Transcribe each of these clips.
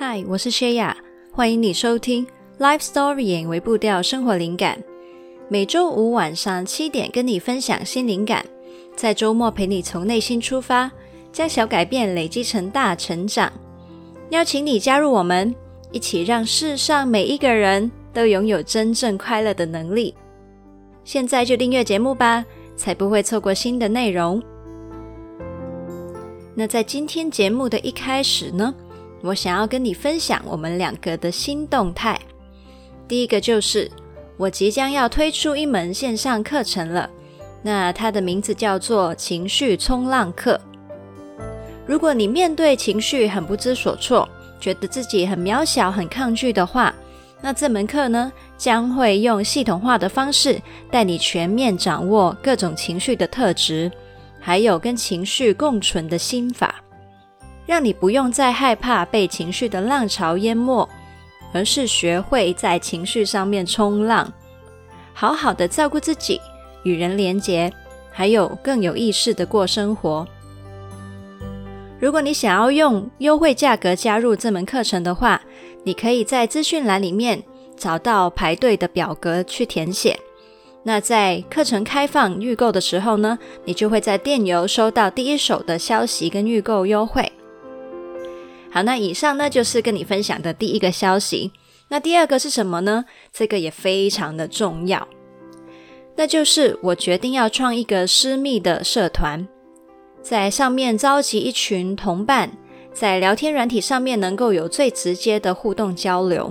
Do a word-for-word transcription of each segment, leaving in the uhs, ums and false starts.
嗨，我是谢雅，欢迎你收听 Life Story 演为步调生活灵感。每周五晚上七点跟你分享新灵感，在周末陪你从内心出发，将小改变累积成大成长。邀请你加入我们，一起让世上每一个人都拥有真正快乐的能力。现在就订阅节目吧，才不会错过新的内容。那在今天节目的一开始呢，我想要跟你分享我们两个的新动态。第一个就是我即将要推出一门线上课程了，那它的名字叫做情绪冲浪课。如果你面对情绪很不知所措，觉得自己很渺小很抗拒的话，那这门课呢将会用系统化的方式带你全面掌握各种情绪的特质，还有跟情绪共存的心法，让你不用再害怕被情绪的浪潮淹没，而是学会在情绪上面冲浪，好好的照顾自己，与人连结，还有更有意识的过生活。如果你想要用优惠价格加入这门课程的话，你可以在资讯栏里面找到排队的表格去填写。那在课程开放预购的时候呢，你就会在电邮收到第一手的消息跟预购优惠。好，那以上呢就是跟你分享的第一个消息。那第二个是什么呢？这个也非常的重要，那就是我决定要创一个私密的社团，在上面召集一群同伴，在聊天软体上面能够有最直接的互动交流。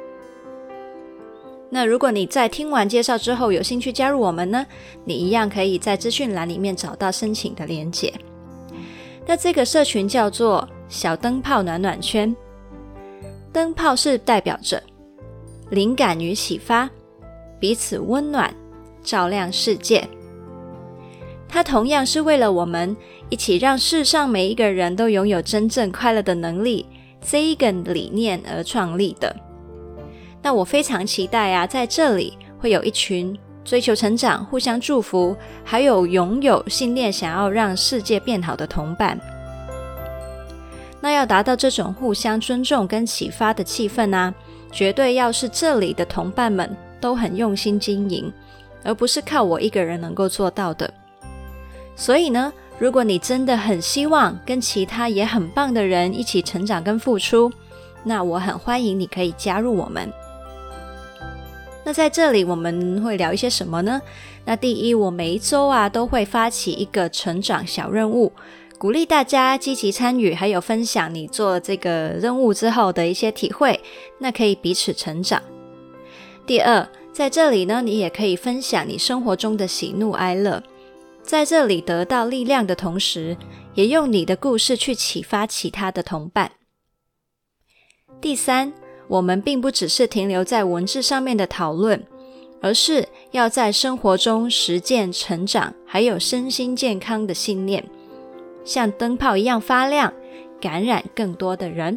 那如果你在听完介绍之后有兴趣加入我们呢，你一样可以在资讯栏里面找到申请的连结。那这个社群叫做小灯泡暖暖圈，灯泡是代表着灵感与启发，彼此温暖，照亮世界。它同样是为了我们一起让世上每一个人都拥有真正快乐的能力这一个理念而创立的。那我非常期待啊，在这里会有一群追求成长、互相祝福，还有拥有信念想要让世界变好的同伴。那要达到这种互相尊重跟启发的气氛啊，绝对要是这里的同伴们都很用心经营，而不是靠我一个人能够做到的。所以呢，如果你真的很希望跟其他也很棒的人一起成长跟付出，那我很欢迎你可以加入我们。那在这里我们会聊一些什么呢？那第一，我每一周啊都会发起一个成长小任务，鼓励大家积极参与，还有分享你做这个任务之后的一些体会，那可以彼此成长。第二，在这里呢，你也可以分享你生活中的喜怒哀乐，在这里得到力量的同时，也用你的故事去启发其他的同伴。第三，我们并不只是停留在文字上面的讨论，而是要在生活中实践成长，还有身心健康的信念，像灯泡一样发亮，感染更多的人。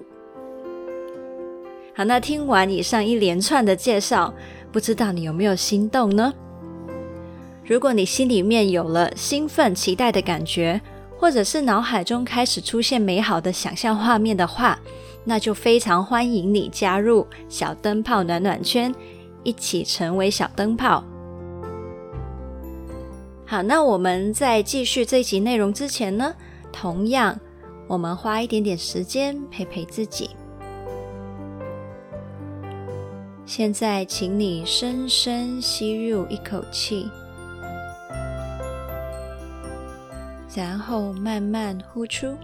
好，那听完以上一连串的介绍，不知道你有没有心动呢？如果你心里面有了兴奋期待的感觉，或者是脑海中开始出现美好的想象画面的话，那就非常欢迎你加入小灯泡暖暖圈，一起成为小灯泡。好，那我们在继续这一集内容之前呢，同样我们花一点点时间陪陪自己。现在请你深深吸入一口气，然后慢慢呼出。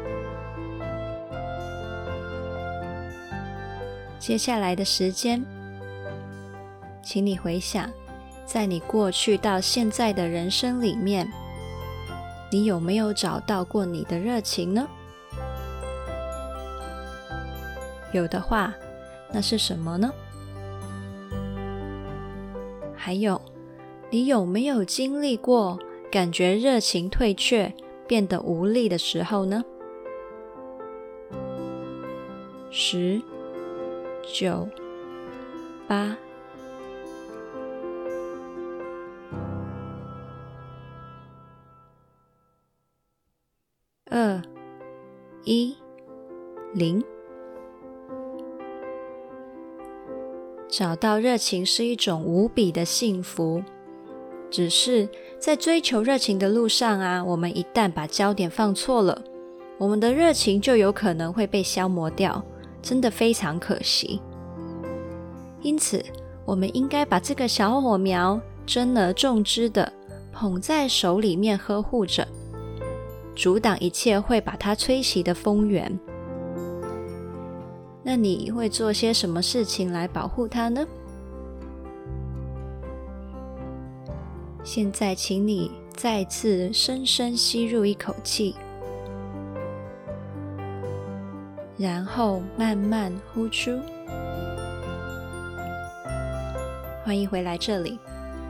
接下来的时间，请你回想，在你过去到现在的人生里面，你有没有找到过你的热情呢？有的话，那是什么呢？还有，你有没有经历过感觉热情退却，变得无力的时候呢？十、九、八、二、一、零。 找到热情是一种无比的幸福，只是在追求热情的路上啊，我们一旦把焦点放错了，我们的热情就有可能会被消磨掉，真的非常可惜。因此，我们应该把这个小火苗珍而重之的捧在手里面呵护着，阻挡一切会把它吹熄的风源。那你会做些什么事情来保护它呢？现在请你再次深深吸入一口气，然后慢慢呼出。欢迎回来这里。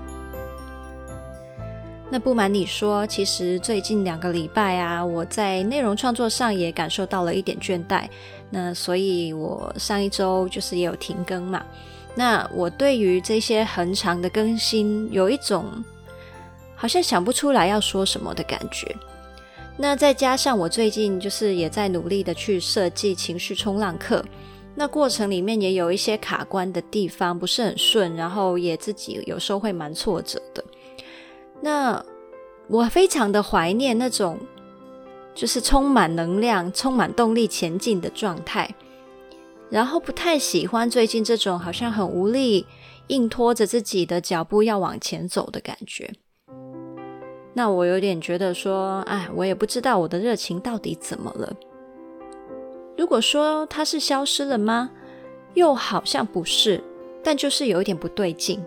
那不瞒你说，其实最近两个礼拜啊，我在内容创作上也感受到了一点倦怠，那所以我上一周就是也有停更嘛。那我对于这些很长的更新有一种好像想不出来要说什么的感觉。那再加上我最近就是也在努力的去设计情绪冲浪课，那过程里面也有一些卡关的地方，不是很顺，然后也自己有时候会蛮挫折的。那我非常的怀念那种就是充满能量、充满动力前进的状态，然后不太喜欢最近这种好像很无力硬拖着自己的脚步要往前走的感觉。那我有点觉得说，哎，我也不知道我的热情到底怎么了。如果说它是消失了吗？又好像不是，但就是有一点不对劲。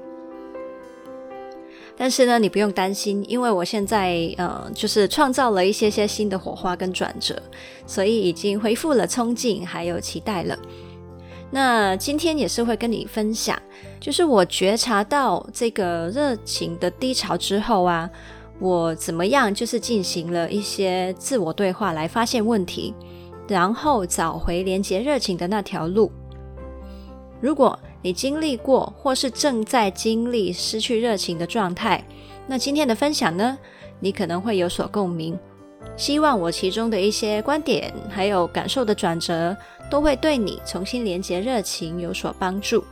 但是呢，你不用担心，因为我现在呃，就是创造了一些些新的火花跟转折，所以已经恢复了冲劲还有期待了。那今天也是会跟你分享，就是我觉察到这个热情的低潮之后啊，我怎么样就是进行了一些自我对话来发现问题，然后找回连结热情的那条路。如果你经历过或是正在经历失去热情的状态，那今天的分享呢，你可能会有所共鸣。希望我其中的一些观点还有感受的转折，都会对你重新连结热情有所帮助。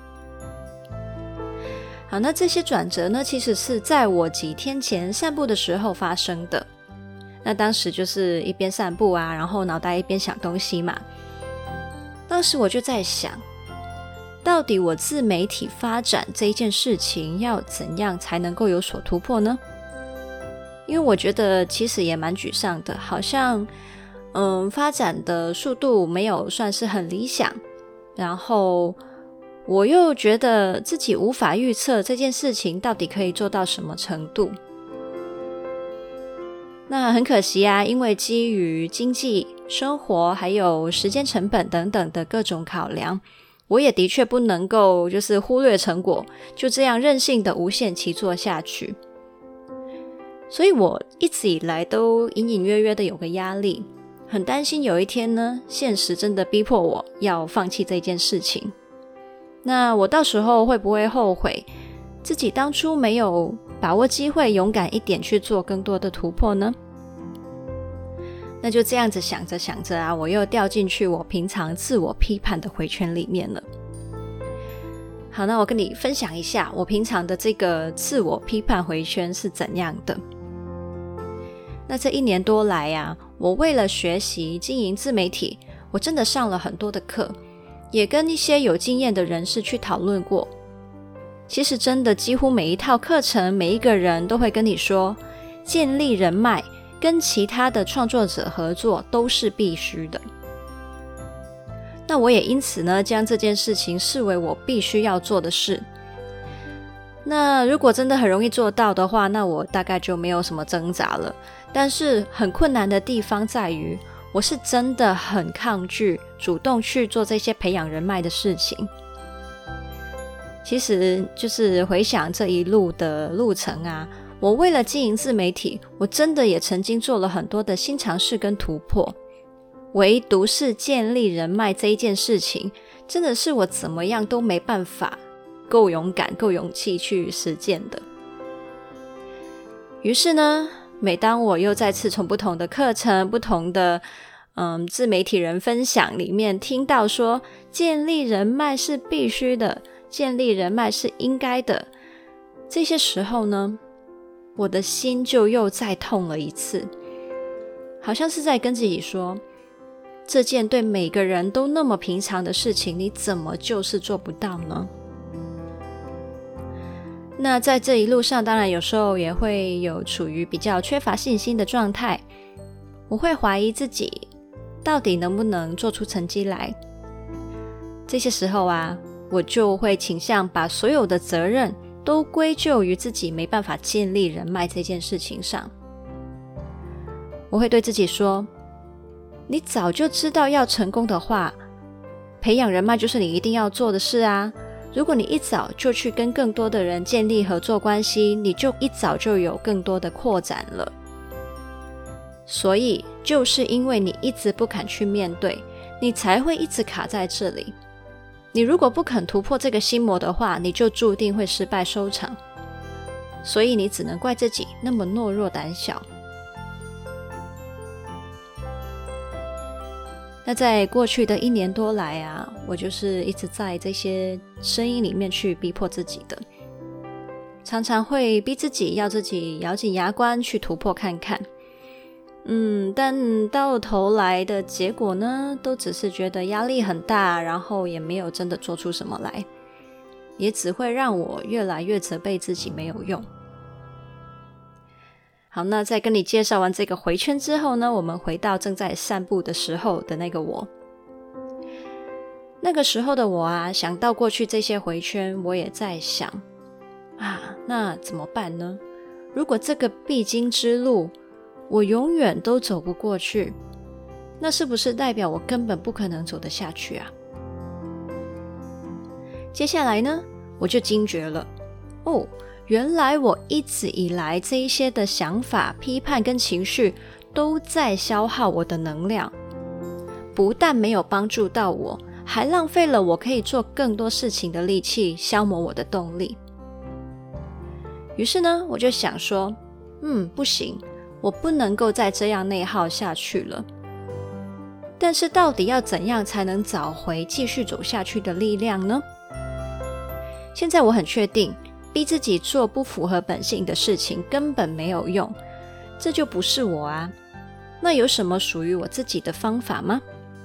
好，那这些转折呢，其实是在我几天前散步的时候发生的。那当时就是一边散步啊，然后脑袋一边想东西嘛。当时我就在想，到底我自媒体发展这一件事情要怎样才能够有所突破呢？因为我觉得其实也蛮沮丧的，好像嗯发展的速度没有算是很理想，然后我又觉得自己无法预测这件事情到底可以做到什么程度。那很可惜啊，因为基于经济、生活还有时间成本等等的各种考量，我也的确不能够就是忽略成果，就这样任性的无限期做下去。所以我一直以来都隐隐约约的有个压力，很担心有一天呢，现实真的逼迫我要放弃这件事情。那我到时候会不会后悔自己当初没有把握机会勇敢一点去做更多的突破呢？那就这样子想着想着啊，我又掉进去我平常自我批判的回圈里面了。好，那我跟你分享一下我平常的这个自我批判回圈是怎样的。那这一年多来啊，我为了学习经营自媒体，我真的上了很多的课，也跟一些有经验的人士去讨论过。其实真的几乎每一套课程，每一个人都会跟你说，建立人脉跟其他的创作者合作都是必须的。那我也因此呢，将这件事情视为我必须要做的事。那如果真的很容易做到的话，那我大概就没有什么挣扎了。但是很困难的地方在于，我是真的很抗拒主动去做这些培养人脉的事情。其实就是回想这一路的路程啊，我为了经营自媒体，我真的也曾经做了很多的新尝试跟突破，唯独是建立人脉这一件事情，真的是我怎么样都没办法够勇敢够勇气去实践的。于是呢，每当我又再次从不同的课程不同的嗯，自媒体人分享里面听到说建立人脉是必须的， 建立人脉是应该的，这些时候呢，我的心就又再痛了一次，好像是在跟自己说，这件对每个人都那么平常的事情，你怎么就是做不到呢？那在这一路上，当然有时候也会有处于比较缺乏信心的状态，我会怀疑自己到底能不能做出成绩来。这些时候啊，我就会倾向把所有的责任都归咎于自己没办法建立人脉这件事情上。我会对自己说，你早就知道要成功的话，培养人脉就是你一定要做的事啊。如果你一早就去跟更多的人建立合作关系，你就一早就有更多的扩展了。所以就是因为你一直不肯去面对，你才会一直卡在这里。你如果不肯突破这个心魔的话，你就注定会失败收场。所以你只能怪自己那么懦弱胆小。那在过去的一年多来啊，我就是一直在这些声音里面去逼迫自己的，常常会逼自己要自己咬紧牙关去突破看看。嗯，但到头来的结果呢，都只是觉得压力很大，然后也没有真的做出什么来，也只会让我越来越责备自己没有用。好，那在跟你介绍完这个回圈之后呢，我们回到正在散步的时候的那个我。那个时候的我啊，想到过去这些回圈，我也在想啊，那怎么办呢？如果这个必经之路我永远都走不过去，那是不是代表我根本不可能走得下去啊？接下来呢，我就惊觉了，哦，原来我一直以来这一些的想法、批判跟情绪都在消耗我的能量，不但没有帮助到我，还浪费了我可以做更多事情的力气，消磨我的动力。于是呢，我就想说，嗯，不行，我不能够再这样内耗下去了。但是到底要怎样才能找回继续走下去的力量呢？现在我很确定，逼自己做不符合本性的事情根本没有用，这就不是我啊。那有什么属于我自己的方法吗？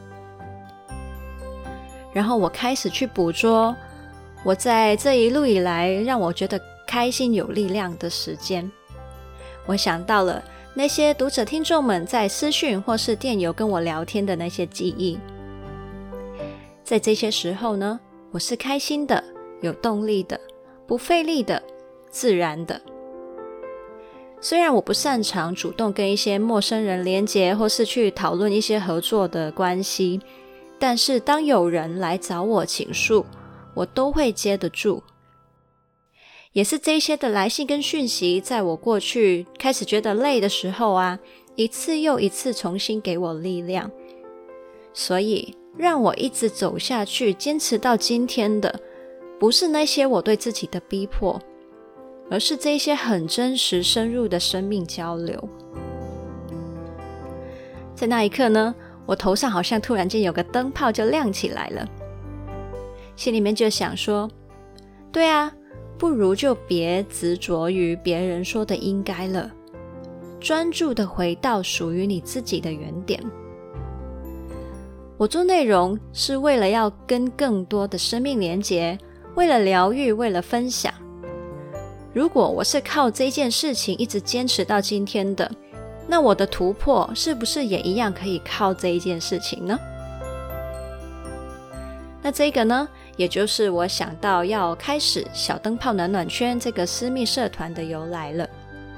然后我开始去捕捉我在这一路以来让我觉得开心有力量的时间。我想到了那些读者听众们在私讯或是电邮跟我聊天的那些记忆。在这些时候呢，我是开心的，有动力的，不费力的，自然的。虽然我不擅长主动跟一些陌生人连结，或是去讨论一些合作的关系，但是当有人来找我倾诉，我都会接得住。也是这些的来信跟讯息，在我过去开始觉得累的时候啊，一次又一次重新给我力量。所以让我一直走下去，坚持到今天的，不是那些我对自己的逼迫，而是这些很真实深入的生命交流。在那一刻呢，我头上好像突然间有个灯泡就亮起来了，心里面就想说，对啊，不如就别执着于别人说的应该了，专注的回到属于你自己的原点。我做内容是为了要跟更多的生命连结，为了疗愈，为了分享。如果我是靠这件事情一直坚持到今天的，那我的突破是不是也一样可以靠这一件事情呢？那这个呢，也就是我想到要开始小灯泡暖暖圈这个私密社团的由来了。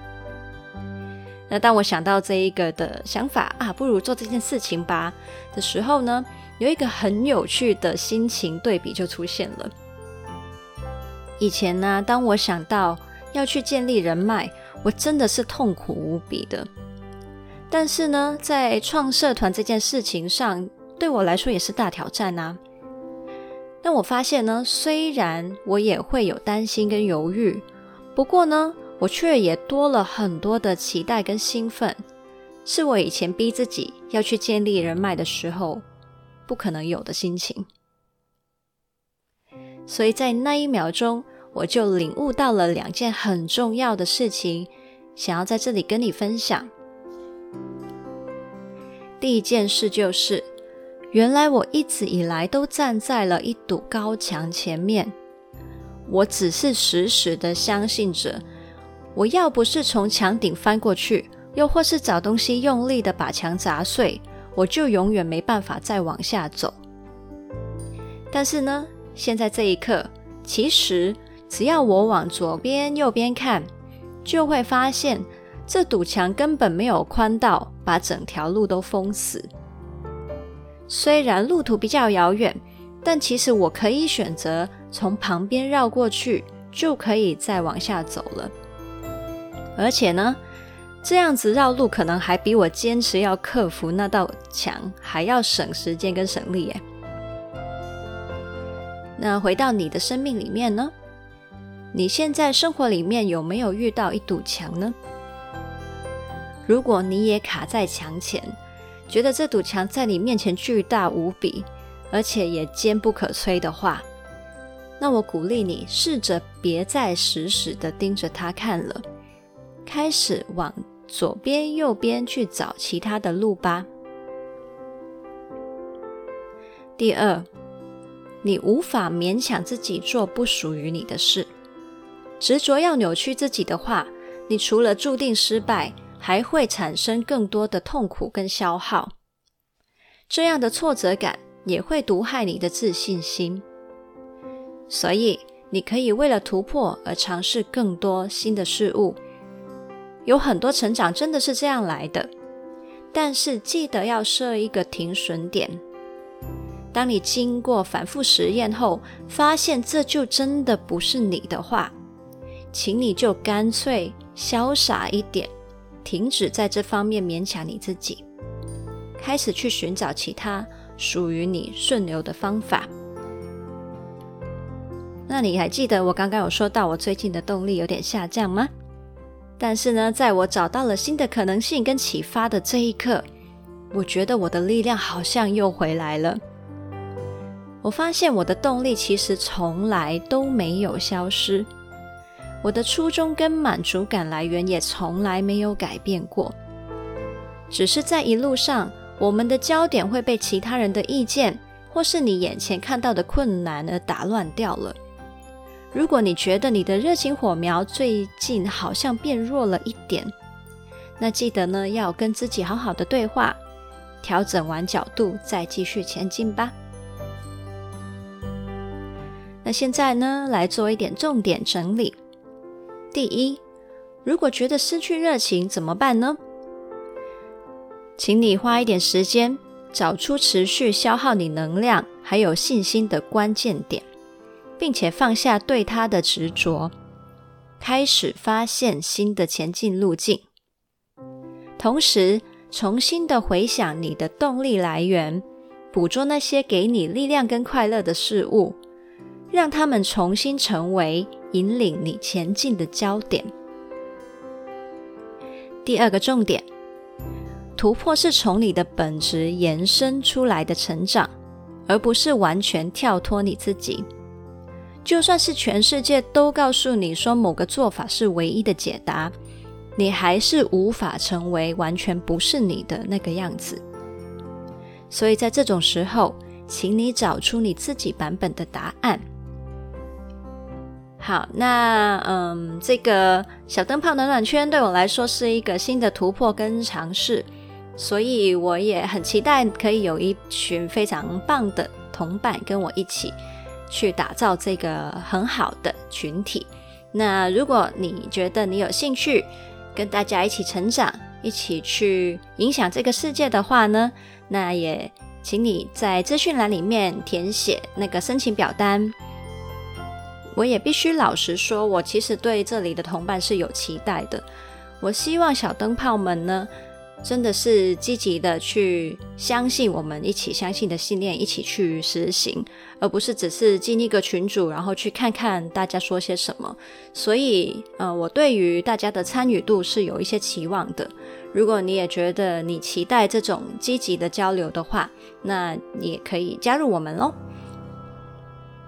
那当我想到这一个的想法啊，不如做这件事情吧的时候呢，有一个很有趣的心情对比就出现了。以前呢，当我想到要去建立人脉，我真的是痛苦无比的。但是呢，在创社团这件事情上，对我来说也是大挑战啊。但我发现呢，虽然我也会有担心跟犹豫，不过呢，我却也多了很多的期待跟兴奋，是我以前逼自己要去建立人脉的时候不可能有的心情。 所以在那一秒钟，我就领悟到了两件很重要的事情，想要在这里跟你分享。第一件事就是，原来我一直以来都站在了一堵高墙前面，我只是死死的相信着，我要不是从墙顶翻过去，又或是找东西用力的把墙砸碎，我就永远没办法再往下走。但是呢，现在这一刻，其实只要我往左边右边看，就会发现这堵墙根本没有宽到把整条路都封死。虽然路途比较遥远，但其实我可以选择从旁边绕过去，就可以再往下走了。而且呢，这样子绕路可能还比我坚持要克服那道墙还要省时间跟省力耶。那回到你的生命里面呢，你现在生活里面有没有遇到一堵墙呢？如果你也卡在墙前，觉得这堵墙在你面前巨大无比，而且也坚不可摧的话，那我鼓励你试着别再死死的盯着它看了，开始往左边右边去找其他的路吧。第二，你无法勉强自己做不属于你的事。执着要扭曲自己的话，你除了注定失败，还会产生更多的痛苦跟消耗。这样的挫折感也会毒害你的自信心。所以，你可以为了突破而尝试更多新的事物。有很多成长真的是这样来的，但是记得要设一个停损点。当你经过反复实验后，发现这就真的不是你的话，请你就干脆潇洒一点，停止在这方面勉强你自己，开始去寻找其他属于你顺流的方法。那你还记得我刚刚有说到我最近的动力有点下降吗？但是呢，在我找到了新的可能性跟启发的这一刻，我觉得我的力量好像又回来了。我发现我的动力其实从来都没有消失，我的初衷跟满足感来源也从来没有改变过，只是在一路上，我们的焦点会被其他人的意见或是你眼前看到的困难而打乱掉了。如果你觉得你的热情火苗最近好像变弱了一点，那记得呢，要跟自己好好的对话，调整完角度再继续前进吧。那现在呢，来做一点重点整理。第一，如果觉得失去热情怎么办呢？请你花一点时间，找出持续消耗你能量还有信心的关键点，并且放下对它的执着，开始发现新的前进路径。同时，重新的回想你的动力来源，捕捉那些给你力量跟快乐的事物，让它们重新成为引领你前进的焦点。第二个重点，突破是从你的本质延伸出来的成长，而不是完全跳脱你自己。就算是全世界都告诉你说某个做法是唯一的解答，你还是无法成为完全不是你的那个样子。所以在这种时候，请你找出你自己版本的答案。好，那嗯，这个小灯泡暖暖圈对我来说是一个新的突破跟尝试，所以我也很期待可以有一群非常棒的同伴跟我一起去打造这个很好的群体。那如果你觉得你有兴趣跟大家一起成长，一起去影响这个世界的话呢，那也请你在资讯栏里面填写那个申请表单。我也必须老实说，我其实对这里的同伴是有期待的。我希望小灯泡们呢，真的是积极的去相信我们一起相信的信念，一起去实行，而不是只是进一个群组，然后去看看大家说些什么。所以呃，我对于大家的参与度是有一些期望的。如果你也觉得你期待这种积极的交流的话，那你也可以加入我们咯。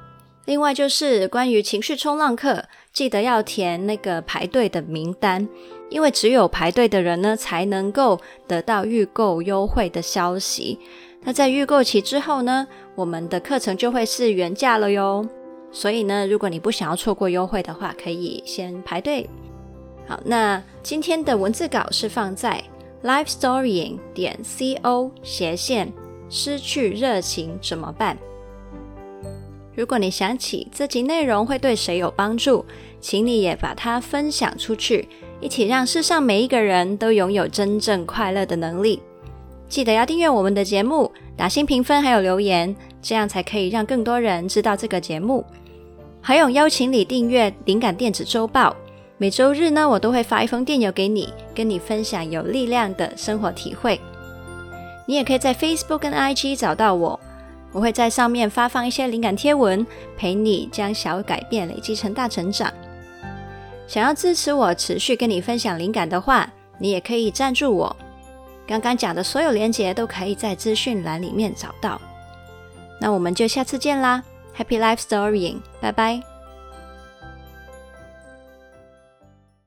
另外就是关于情绪冲浪课，记得要填那个排队的名单，因为只有排队的人呢，才能够得到预购优惠的消息。那在预购期之后呢，我们的课程就会是原价了哟。所以呢，如果你不想要错过优惠的话，可以先排队。好，那今天的文字稿是放在 lifestorying 点 co 斜线失去热情怎么办。如果你想起这集内容会对谁有帮助，请你也把它分享出去，一起让世上每一个人都拥有真正快乐的能力。记得要订阅我们的节目，打新评分还有留言，这样才可以让更多人知道这个节目。还有邀请你订阅灵感电子周报，每周日呢，我都会发一封电邮给你，跟你分享有力量的生活体会。你也可以在 Facebook 跟 I G 找到我，我会在上面发放一些灵感贴文，陪你将小改变累积成大成长。想要支持我持续跟你分享灵感的话，你也可以赞助我。刚刚讲的所有连结都可以在资讯栏里面找到。那我们就下次见啦， Happy Life Storying， 拜拜。